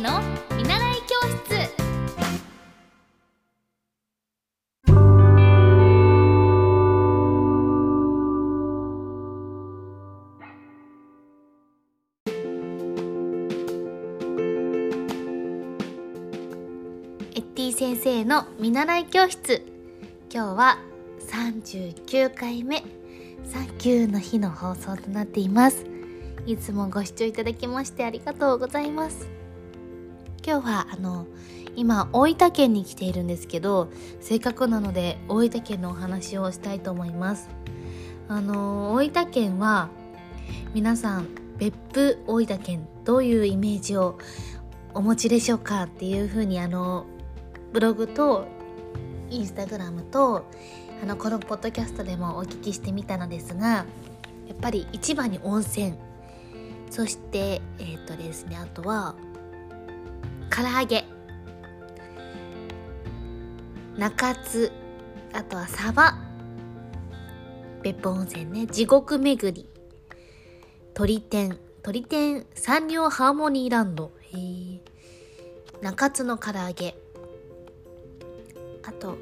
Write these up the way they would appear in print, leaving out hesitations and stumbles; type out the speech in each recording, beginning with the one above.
の見習い教室。エッティ先生の見習い教室。今日は39回目サンキューの日の放送となっています。いつもご視聴いただきましてありがとうございます。今日は今大分県に来ているんですけど、せっかくなので大分県のお話をしたいと思います。大分県は皆さん別府大分県どういうイメージをお持ちでしょうかっていう風にブログとインスタグラムとこのポッドキャストでもお聞きしてみたのですが、やっぱり一番に温泉、そしてですね、あとは唐揚げ、中津、あとはサバ、別府温泉ね、地獄巡り、鳥天サンリオハーモニーランド、中津の唐揚げ、あと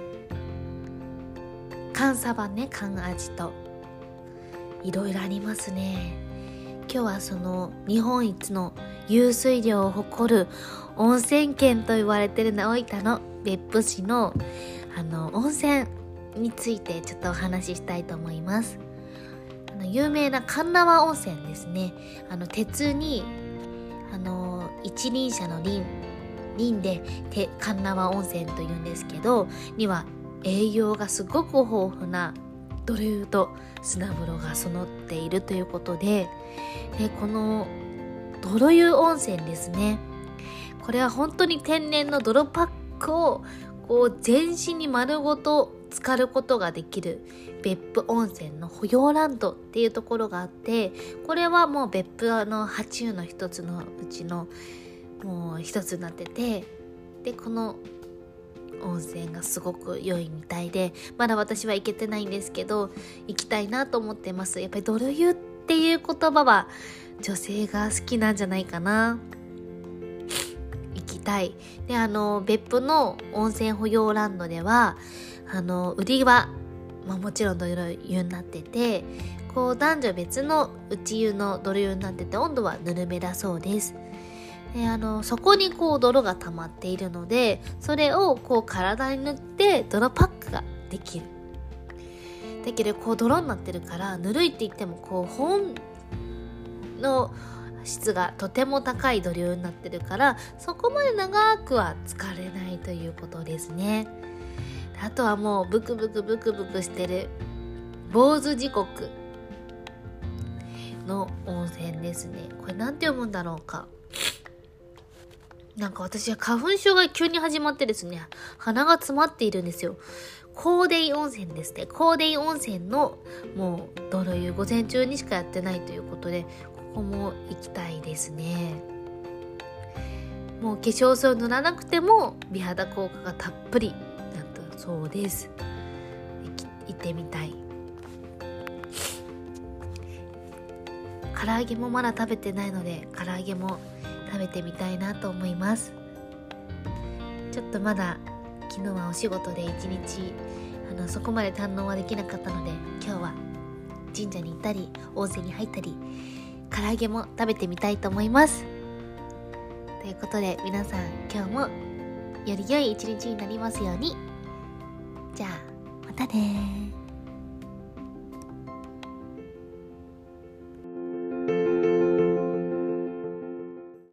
寒サバね、寒味といろいろありますね。今日はその日本一の湧水量を誇る温泉県と言われている大分の別府市の温泉についてちょっとお話ししたいと思います。有名な鉄輪温泉ですね。鉄に一輪車の輪で鉄輪温泉というんですけど、には栄養がすごく豊富な泥湯と砂風呂が備っているということで、この泥湯温泉ですね、これは本当に天然の泥パックを全身に丸ごと浸かることができる別府温泉の保養ランドっていうところがあって、これはもう別府8湯の一つのうちのもう一つになってて、でこの温泉がすごく良いみたいで、まだ私は行けてないんですけど行きたいなと思ってます。やっぱり泥湯っていう言葉は女性が好きなんじゃないかな。行きたい。で別府の温泉保養ランドでは売りは、もちろん泥湯になってて、男女別の内湯の泥湯になってて、温度はぬるめだそうです。でそこに泥が溜まっているので、それを体に塗って泥パックができる。だけど泥になってるからぬるいって言っても本の質がとても高い泥湯になってるから、そこまで長くは浸かれないということですね。あとはもうブクブクしてる坊主地獄の温泉ですね。これなんて読むんだろうか。なんか私は花粉症が急に始まってですね、鼻が詰まっているんですよ。高泥温泉ですね。高泥温泉のもう泥湯、午前中にしかやってないということで、ここも行きたいですね。もう化粧水を塗らなくても美肌効果がたっぷりだったそうです。行ってみたい。唐揚げもまだ食べてないので、唐揚げも食べてみたいなと思います。ちょっとまだ昨日はお仕事で一日そこまで堪能はできなかったので、今日は神社に行ったり温泉に入ったり唐揚げも食べてみたいと思います。ということで皆さん、今日もより良い一日になりますように。じゃあまたね。